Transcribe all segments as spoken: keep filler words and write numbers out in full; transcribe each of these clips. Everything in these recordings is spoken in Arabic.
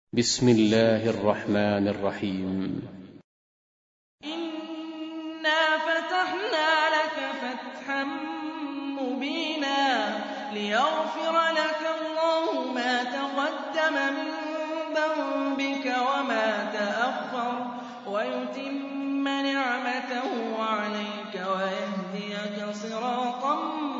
بسم الله الرحمن الرحيم. إنا فتحنا لك فتحا مبينا ليغفر لك الله ما تقدم من ذنبك وما تأخر ويتم نعمته عليك ويهديك صراطا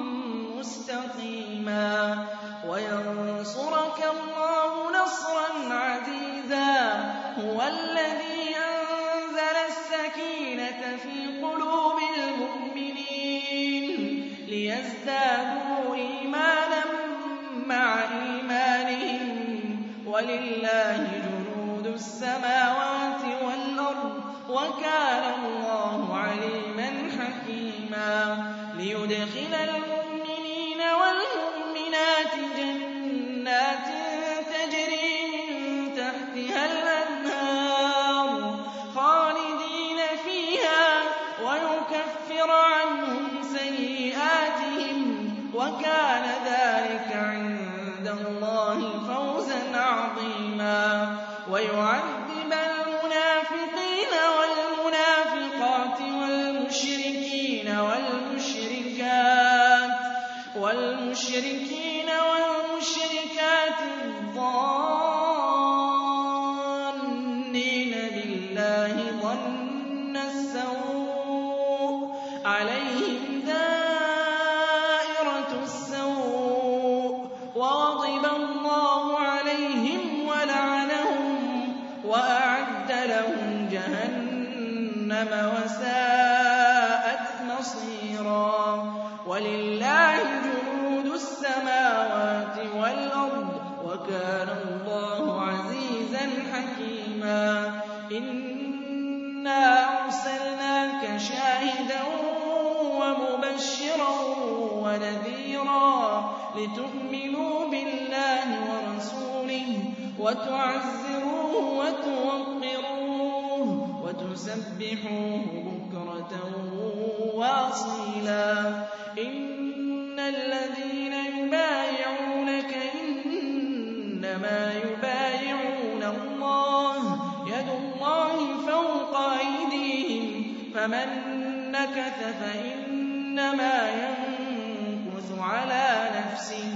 مستقيما وينصرك الله نصرا عزيزا. هو الذي أنزل السكينة في قلوب المؤمنين ليزدادوا إيمانا مع إيمانهم ولله جنود السماوات والأرض وكان الله عليما حكيما. ليدخل المؤمنين والمؤمنات جنات تجري من تحتها الأنهار خالدين فيها ويكفر عنهم سيئاتهم وكان ذلك عند الله فوزا عظيما. ويعذب المنافقين والمنافقات والمشركين والمشركات والمشركين والمشركات الظانين بالله ظن السوء عليهم دائرة السوء وغضب الله عليهم ولعنهم وأعد لهم جهنم وساءت مصيرا. ولله جنود السماوات والأرض وكان الله عزيزا حكيما. إنا أرسلناك شاهدا ومبشرا ونذيرا لتؤمنوا بالله ورسوله وتعزروه وتوقروه وتسبحوه بكرة وأصيلا. إن الذين يبايعونك إنما يبايعون الله يد الله فوق أيديهم فمن نكث فإنما ينكث على نفسه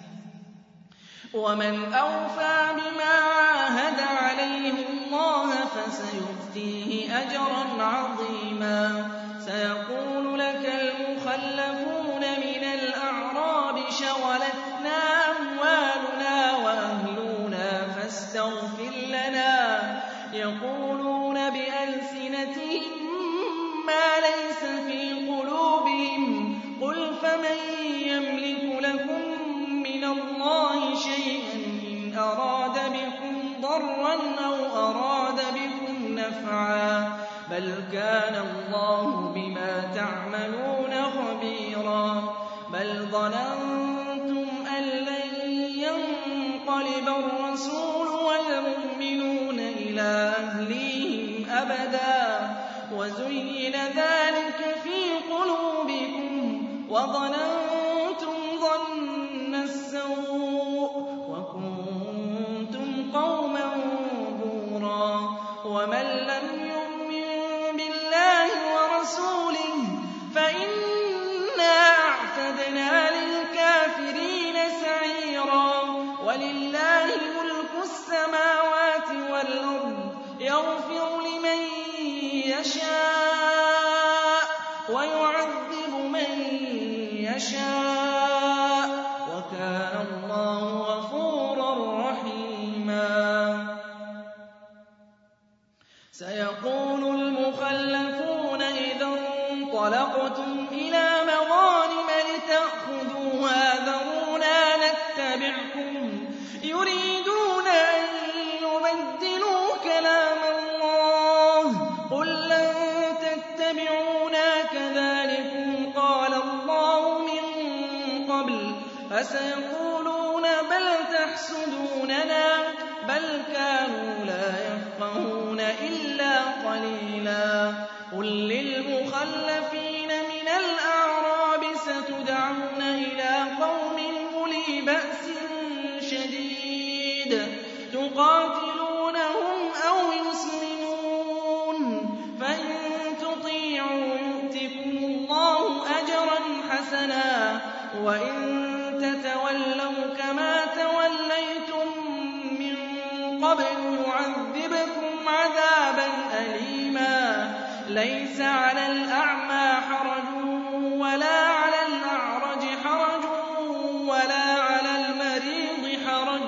ومن أوفى بما عاهد عليه الله فسيؤتيه أجرا عظيما. سيقول لك المخلفون من الأعراب شغلتنا أموالنا وأهلنا فاستغفر لنا يقولون بألسنتهم ما ليس في قلوبهم قل فمن يملك لكم من الله شيئا إن أراد بكم ضرا أو أراد بكم نفعا بل كان الله بما تعملون خبيرا. بل ظننتم أن لن ينقلب الرسول والمؤمنون إلى أهليهم أبدا وزين ذلك في قلوبكم وظننتم ظن السوء وكنتم قوما بورا. ومن لم يؤمن بالله ورسوله فإنا أعتدنا للكافرين سعيرا. ولله ملك السماوات والأرض يغفر لمن يشاء ويعذب من يشاء وكان الله غفورا رحيما. سيقول المخلفون إذا انطلقتم إلى مغانم لتأخذوها ذرونا نتبعكم يريدون أن يبدلوا كلام الله قل لن تتبعونا كذلكم قال الله من قبل فسيقولون بل تحسدوننا بل كانوا لا يفقهون إلا قليلا. قل للمخلفين من الأعراب ستدعون إلى قوم أولي بأس شديد تقاتلون وَإِن تَتَوَلَّوْا كَمَا تَوَلَّيْتُم مِّن قَبْلُ يُعَذِّبْكُمْ عَذَابًا أَلِيمًا لَيْسَ عَلَى الْأَعْمَىٰ حَرَجٌ وَلَا عَلَى الْأَعْرَجِ حَرَجٌ وَلَا عَلَى الْمَرِيضِ حَرَجٌ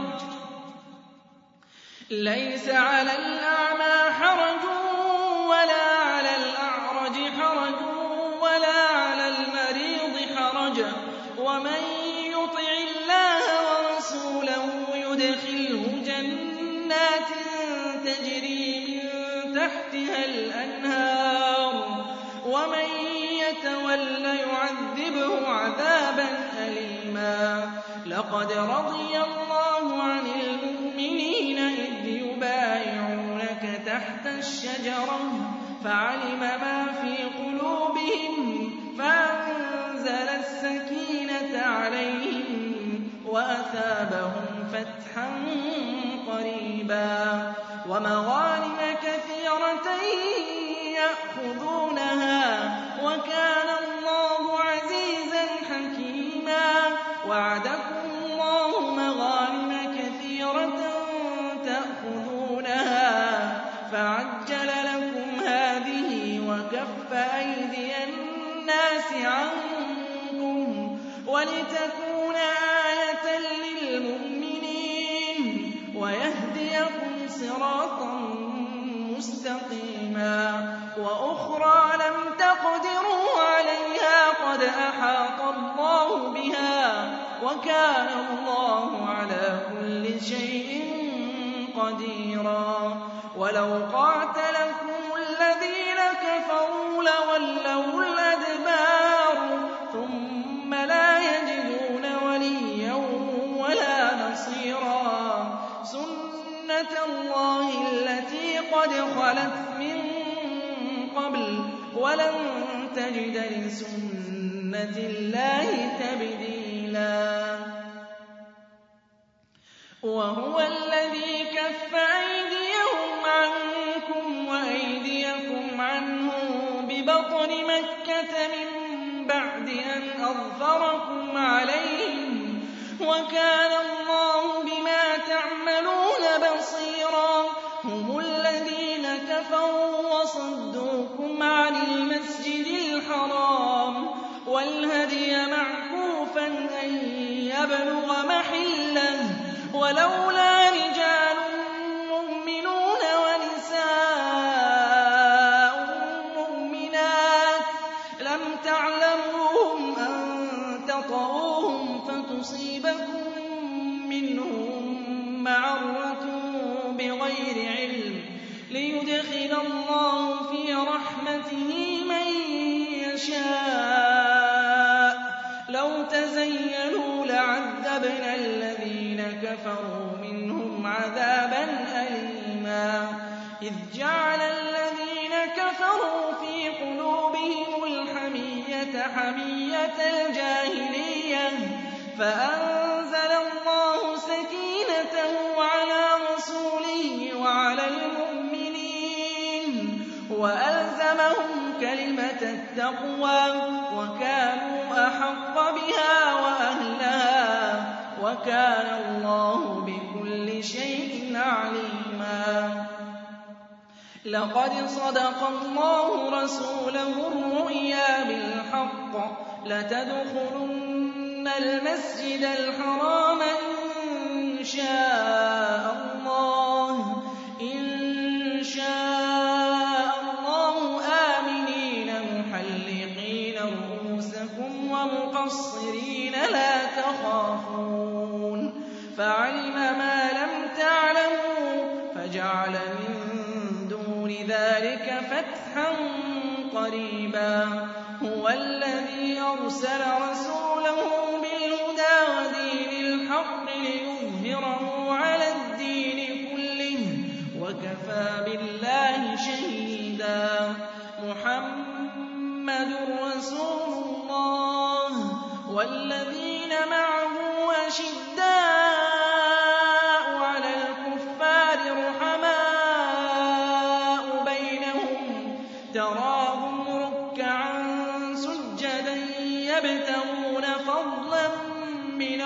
لَيْسَ عَلَى الْأَعْمَىٰ حَرَجٌ وَلَا عَلَى الْأَعْرَجِ حَرَجٌ وَلَا عَلَى الْمَرِيضِ حَرَجٌ وَمَن يُطِعِ اللَّهَ وَرَسُولَهُ يُدْخِلْهُ جَنَّاتٍ تَجْرِي مِن تَحْتِهَا الْأَنْهَارُ وَمَن يَتَوَلَّ يُعَذِّبْهُ عَذَابًا أَلِيمًا لَقَدْ رَضِيَ اللَّهُ عَنِ الْمُؤْمِنِينَ إِذْ يُبَايِعُونَكَ تَحْتَ الشَّجَرَةِ فَعَلِمَ مَا فِي قُلُوبِهِمْ فَأَنزَلَ السَّكِينَةَ عَلَيْهِمْ وَأَثَابَهُمْ فَتْحًا قَرِيبًا وَمَغَانِمَ كَثِيرَةً يَأْخُذُونَهَا وَكَانَ اللَّهُ عَزِيزًا حَكِيمًا وَعَدَكُمُ اللَّهُ مَغَانِمَ كَثِيرَةً تَأْخُذُونَهَا فَعَجَّلَ لَكُمْ هَٰذِهِ وَكَفَّ أَيْدِيَ النَّاسِ عَنكُمْ وَلِتَكُونَ آيَةً لِّلْمُؤْمِنِينَ وَيَهْدِيَكُمْ صِرَاطًا مُّسْتَقِيمًا وَأُخْرَىٰ لَمْ تَقْدِرُوا عَلَيْهَا قَدْ أَحَاطَ اللَّهُ بِهَا وَكَانَ اللَّهُ عَلَىٰ كُلِّ شَيْءٍ قَدِيرًا وَلَوْ قَاتَلَكُمُ الَّذِينَ كَفَرُوا لَوَلَّوُا الْأَدْبَارَ ثُمَّ لَا يَجِدُونَ وَلِيًّا وَلَا نَصِيرًا سُنَّتَ اللَّهِ الَّتِي قَدْ خَلَتْ مِن قَبْلُ وَلَن تَجِدَ لِسُنَّةِ اللَّهِ تَبْدِيلًا وَهُوَ الَّذِي كَفَّ أَيْدِيَهُمْ عَنكُمْ وَأَيْدِيَكُمْ عَنْهُم بِبَطْنِ مَكَّةَ مِن بَعْدِ أَنْ أَظْفَرَكُمْ عَلَيْهِمْ وَكَانَ اللَّهُ بِمَا تَعْمَلُونَ بَصِيرًا هُمُ الَّذِينَ كَفَرُوا وَصَدُّوكُمْ عَنِ الْمَسْجِدِ الْحَرَامِ وَالْهَدْيَ مَعْكُوفًا أَن يَبْلُغَ مَحِلَّهُ وَلَوْلَا رِجَالٌ مُّؤْمِنُونَ وَنِسَاءٌ مُّؤْمِنَاتٌ لَّمْ تَعْلَمُوهُمْ أَن تَطَئُوهُمْ فَتُصِيبَكُم مِّنْهُم مَّعَرَّةٌ بِغَيْرِ عِلْمٍ لِّيُدْخِلَ اللَّهُ فِي رَحْمَتِهِ مَن يَشَاءُ لَوْ تَزَيَّلُوا لَعَذَّبْنَا الَّذِينَ كَفَرُوا مِنْهُمْ عَذَابًا أَلِيمًا إِذْ جَعَلَ الَّذِينَ كَفَرُوا فِي قُلُوبِهِمُ الْحَمِيَّةَ حَمِيَّةَ الْجَاهِلِيَّةِ فَأَنزَلَ اللَّهُ سَكِينَتَهُ عَلَىٰ رَسُولِهِ وَعَلَى الْمُؤْمِنِينَ وَأَلْزَمَهُمْ كَلِمَةَ التَّقْوَىٰ وَكَانُوا أَحَقَّ بِهَا وَأَهْلَهَا وَكَانَ اللَّهُ بِكُلِّ شَيْءٍ عَلِيمًا لَقَدْ صَدَقَ اللَّهُ رَسُولَهُ الرُّؤْيَا بِالْحَقِّ لَتَدْخُلُنَّ الْمَسْجِدَ الْحَرَامَ إِن شَاءَ اللَّهُ إِن شَاءَ اللَّهُ آمِنِينَ مُحَلِّقِينَ رُءُوسَكُمْ وَمُقَصِّرِينَ لَا تَخَافُونَ فَعَلِمَ مَا لَمْ تَعْلَمُوا فَجَعَلَ مِن دُونِ ذَٰلِكَ فَتْحًا قَرِيبًا هُوَ الَّذِي أَرْسَلَ رَسُولَهُ بِالْهُدَىٰ وَدِينِ الْحَقِّ لِيُظْهِرَهُ عَلَى الدِّينِ كُلِّهِ وَكَفَىٰ بِاللَّهِ شَهِيدًا مُّحَمَّدٌ رَّسُولُ اللَّهِ وَالَّذِينَ مَعَهُ أَشِدَّاءُ عَلَى الْكُفَّارِ رُحَمَاءُ بَيْنَهُمْ تَرَاهُمْ رُكَّعًا سُجَّدًا يَبْتَغُونَ فَضْلًا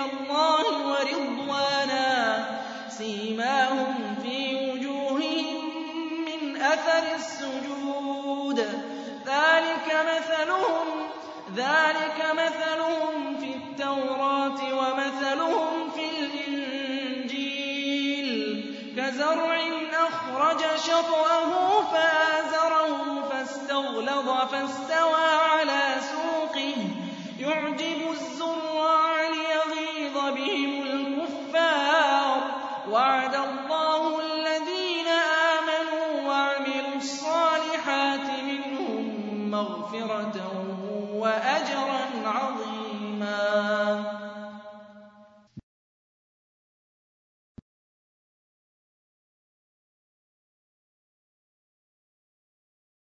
اللَّهِ وَرِضْوَانًا سِيمَاهُمْ فِي وُجُوهِهِم مِّنْ أَثَرِ السُّجُودِ ذَٰلِكَ مَثَلُهُمْ ذَٰلِكَ مَثَلُهُمْ فِي التَّوْرَاةِ وَمَثَلُهُمْ فِي الْإِنجِيلِ كَزَرْعٍ أَخْرَجَ شَطْأَهُ فَآزَرَهُ فَاسْتَغْلَظَ فَاسْتَوَىٰ عَلَىٰ سُوقِهِ يُعْجِبُ الزُّرَّاعَ لِيَغِيظَ بِهِمُ الْكُفَّارَ وَعَدَ اللَّهُ الَّذِينَ آمَنُوا وَعَمِلُوا الصَّالِحَاتِ مِنْهُم مَّغْفِرَةً وَأَجْرًا